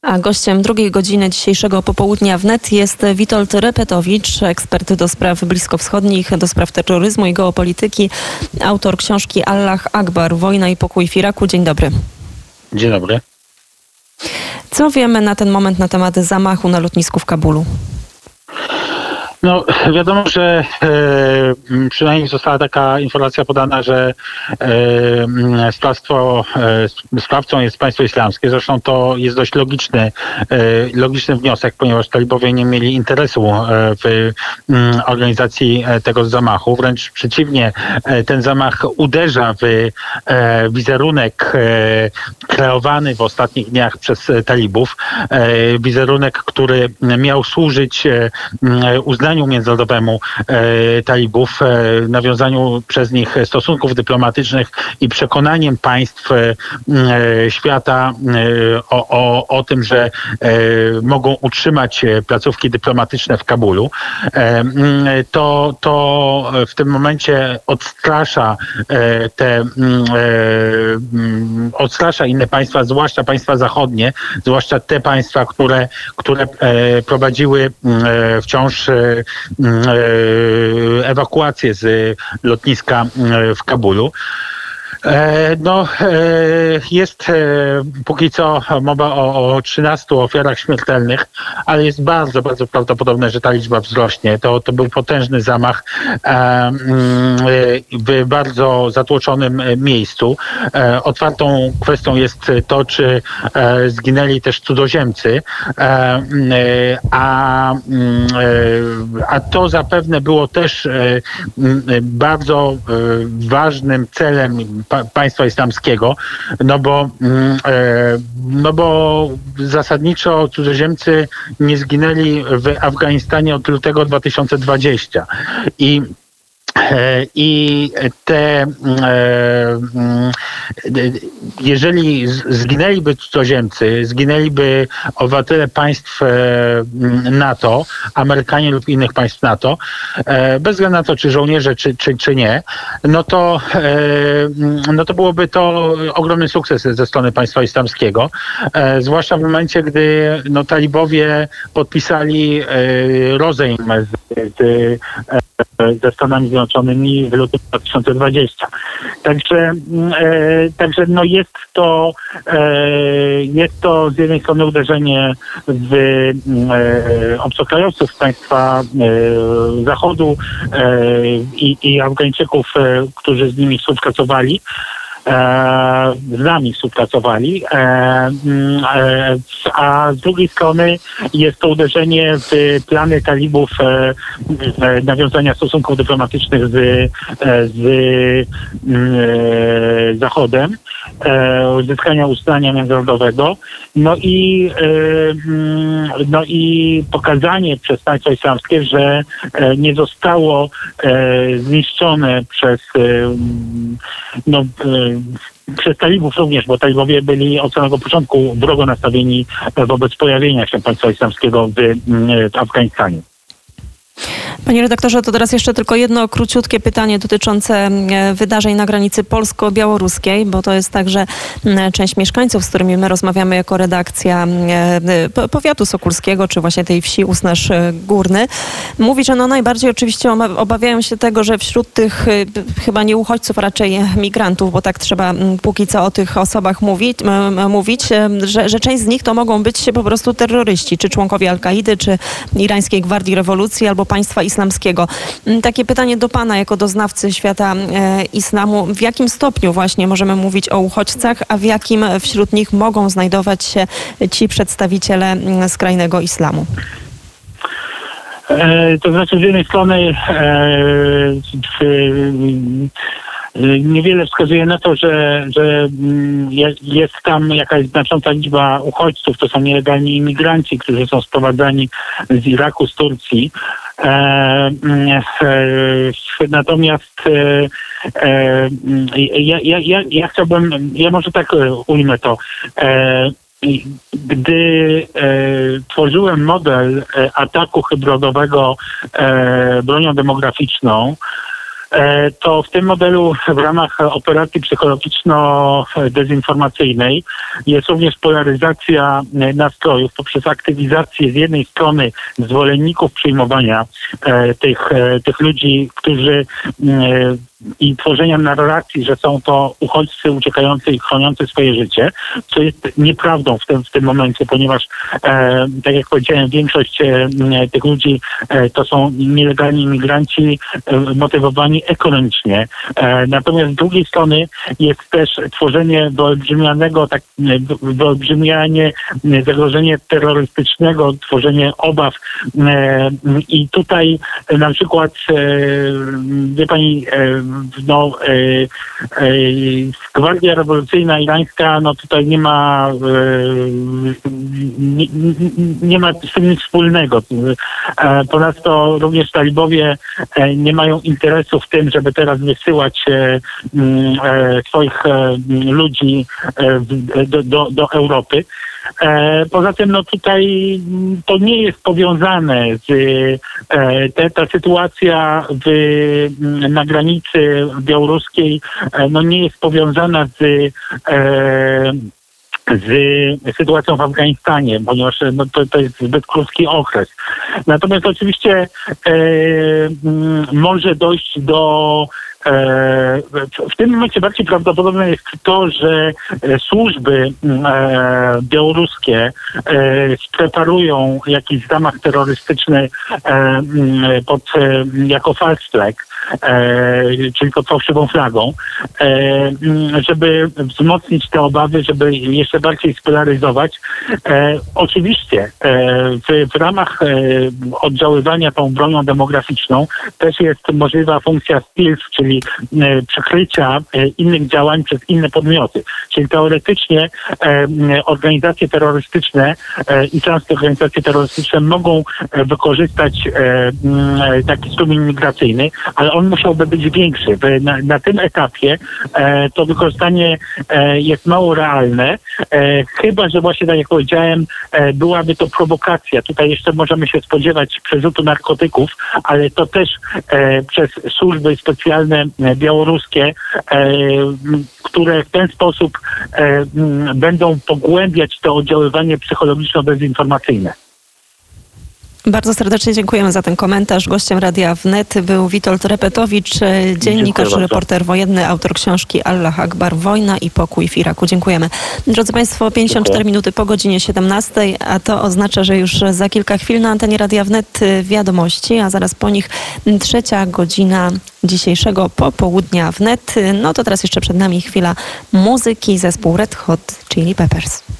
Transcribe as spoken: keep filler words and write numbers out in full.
A gościem drugiej godziny dzisiejszego popołudnia wnet jest Witold Repetowicz, ekspert do spraw bliskowschodnich, do spraw terroryzmu i geopolityki, autor książki Allah Akbar, Wojna i pokój w Iraku. Dzień dobry. Dzień dobry. Co wiemy na ten moment na temat zamachu na lotnisku w Kabulu? No wiadomo, że e, przynajmniej została taka informacja podana, że e, sprawstwo, e, sprawcą jest państwo islamskie. Zresztą to jest dość logiczny, e, logiczny wniosek, ponieważ talibowie nie mieli interesu e, w m, organizacji tego zamachu. Wręcz przeciwnie, e, ten zamach uderza w e, wizerunek e, kreowany w ostatnich dniach przez talibów. E, wizerunek, który miał służyć e, uznaniu międzynarodowemu e, talibów, e, nawiązaniu przez nich stosunków dyplomatycznych i przekonaniem państw e, świata e, o, o, o tym, że e, mogą utrzymać placówki dyplomatyczne w Kabulu. E, to, to w tym momencie odstrasza e, te e, odstrasza inne państwa, zwłaszcza państwa zachodnie, zwłaszcza te państwa, które, które e, prowadziły e, wciąż e, ewakuację z lotniska w Kabulu. No, jest póki co mowa o, o trzynastu ofiarach śmiertelnych, ale jest bardzo, bardzo prawdopodobne, że ta liczba wzrośnie. To, to był potężny zamach w bardzo zatłoczonym miejscu. Otwartą kwestią jest to, czy zginęli też cudzoziemcy, a, a to zapewne było też bardzo ważnym celem państwa islamskiego, no bo, no bo zasadniczo cudzoziemcy nie zginęli w Afganistanie od lutego dwa tysiące dwudziestego i I te, jeżeli zginęliby cudzoziemcy, zginęliby obywatele państw NATO, Amerykanie lub innych państw NATO, bez względu na to, czy żołnierze, czy, czy, czy nie, no to, no to byłoby to ogromny sukces ze strony państwa islamskiego, zwłaszcza w momencie, gdy no, talibowie podpisali rozejm z, z ze Stanami Zjednoczonymi w lutym dwa tysiące dwudziestego. Także, e, także no jest to e, jest to z jednej strony uderzenie w e, obcokrajowców z państwa e, Zachodu e, i, i Afgańczyków, e, którzy z nimi współpracowali. E, z nami współpracowali, e, e, a z drugiej strony jest to uderzenie w plany talibów e, e, nawiązania stosunków dyplomatycznych z, e, z e, Zachodem, e, uzyskania uznania międzynarodowego, no i, e, no i pokazanie przez państwo islamskie, że e, nie zostało e, zniszczone przez e, no, e, przez talibów również, bo talibowie byli od samego początku wrogo nastawieni wobec pojawienia się państwa islamskiego w, w Afganistanie. Panie redaktorze, to teraz jeszcze tylko jedno króciutkie pytanie dotyczące wydarzeń na granicy polsko-białoruskiej, bo to jest tak, że część mieszkańców, z którymi my rozmawiamy jako redakcja powiatu sokulskiego, czy właśnie tej wsi Usnarz Górny, mówi, że no najbardziej oczywiście obawiają się tego, że wśród tych chyba nie uchodźców, a raczej migrantów, bo tak trzeba póki co o tych osobach mówić, mówić że, że część z nich to mogą być po prostu terroryści, czy członkowie Al-Kaidy, czy Irańskiej Gwardii Rewolucji, albo państwa islamskiego. Takie pytanie do pana, jako do znawcy świata e, islamu. W jakim stopniu właśnie możemy mówić o uchodźcach, a w jakim wśród nich mogą znajdować się ci przedstawiciele skrajnego islamu? E, to znaczy z jednej strony e, czy, niewiele wskazuje na to, że, że jest tam jakaś znacząca liczba uchodźców, to są nielegalni imigranci, którzy są sprowadzani z Iraku, z Turcji. E, e, natomiast e, e, ja, ja, ja, ja chciałbym, ja może tak ujmę to. E, Gdy e, tworzyłem model e, ataku hybrydowego e, bronią demograficzną, to w tym modelu w ramach operacji psychologiczno-dezinformacyjnej jest również polaryzacja nastrojów poprzez aktywizację z jednej strony zwolenników przyjmowania tych, tych ludzi, którzy i tworzenia narracji, że są to uchodźcy uciekający i chroniący swoje życie, co jest nieprawdą w tym, w tym momencie, ponieważ e, tak jak powiedziałem, większość e, tych ludzi e, to są nielegalni imigranci e, motywowani ekonomicznie. E, natomiast z drugiej strony jest też tworzenie wyolbrzymianego, tak, wyolbrzymianie zagrożenie terrorystycznego, tworzenie obaw e, i tutaj e, na przykład e, wie pani e, no, e, e, Gwardia Rewolucyjna Irańska, no tutaj nie ma e, nie, nie ma z tym nic wspólnego. E, ponadto również talibowie e, nie mają interesu w tym, żeby teraz wysyłać e, e, swoich e, ludzi e, do, do, do Europy. E, poza tym, no tutaj to nie jest powiązane z e, te, ta sytuacja w, na granicy białoruskiej, e, no nie jest powiązana z e, z sytuacją w Afganistanie, ponieważ no, to, to jest zbyt krótki okres. Natomiast oczywiście e, m, może dojść do w tym momencie bardziej prawdopodobne jest to, że służby białoruskie spreparują jakiś zamach terrorystyczny pod, jako false flag, czyli pod fałszywą flagą, żeby wzmocnić te obawy, żeby jeszcze bardziej spolaryzować. Oczywiście w, w ramach oddziaływania tą bronią demograficzną też jest możliwa funkcja stealth, czyli przykrycia innych działań przez inne podmioty. Czyli teoretycznie organizacje terrorystyczne, islamskie organizacje terrorystyczne mogą wykorzystać taki strumień migracyjny, ale on musiałby być większy. Na, na tym etapie to wykorzystanie jest mało realne, chyba że właśnie, tak jak powiedziałem, byłaby to prowokacja. Tutaj jeszcze możemy się spodziewać przerzutu narkotyków, ale to też przez służby specjalne białoruskie, które w ten sposób będą pogłębiać to oddziaływanie psychologiczno-dezinformacyjne. Bardzo serdecznie dziękujemy za ten komentarz. Gościem Radia Wnet był Witold Repetowicz, dziennikarz, reporter wojenny, autor książki Allah Akbar, Wojna i pokój w Iraku. Dziękujemy. Drodzy Państwo, pięćdziesiąt cztery minuty po godzinie siedemnastej, a to oznacza, że już za kilka chwil na antenie Radia Wnet wiadomości, a zaraz po nich trzecia godzina dzisiejszego popołudnia Wnet. No to teraz jeszcze przed nami chwila muzyki, zespół Red Hot Chili Peppers.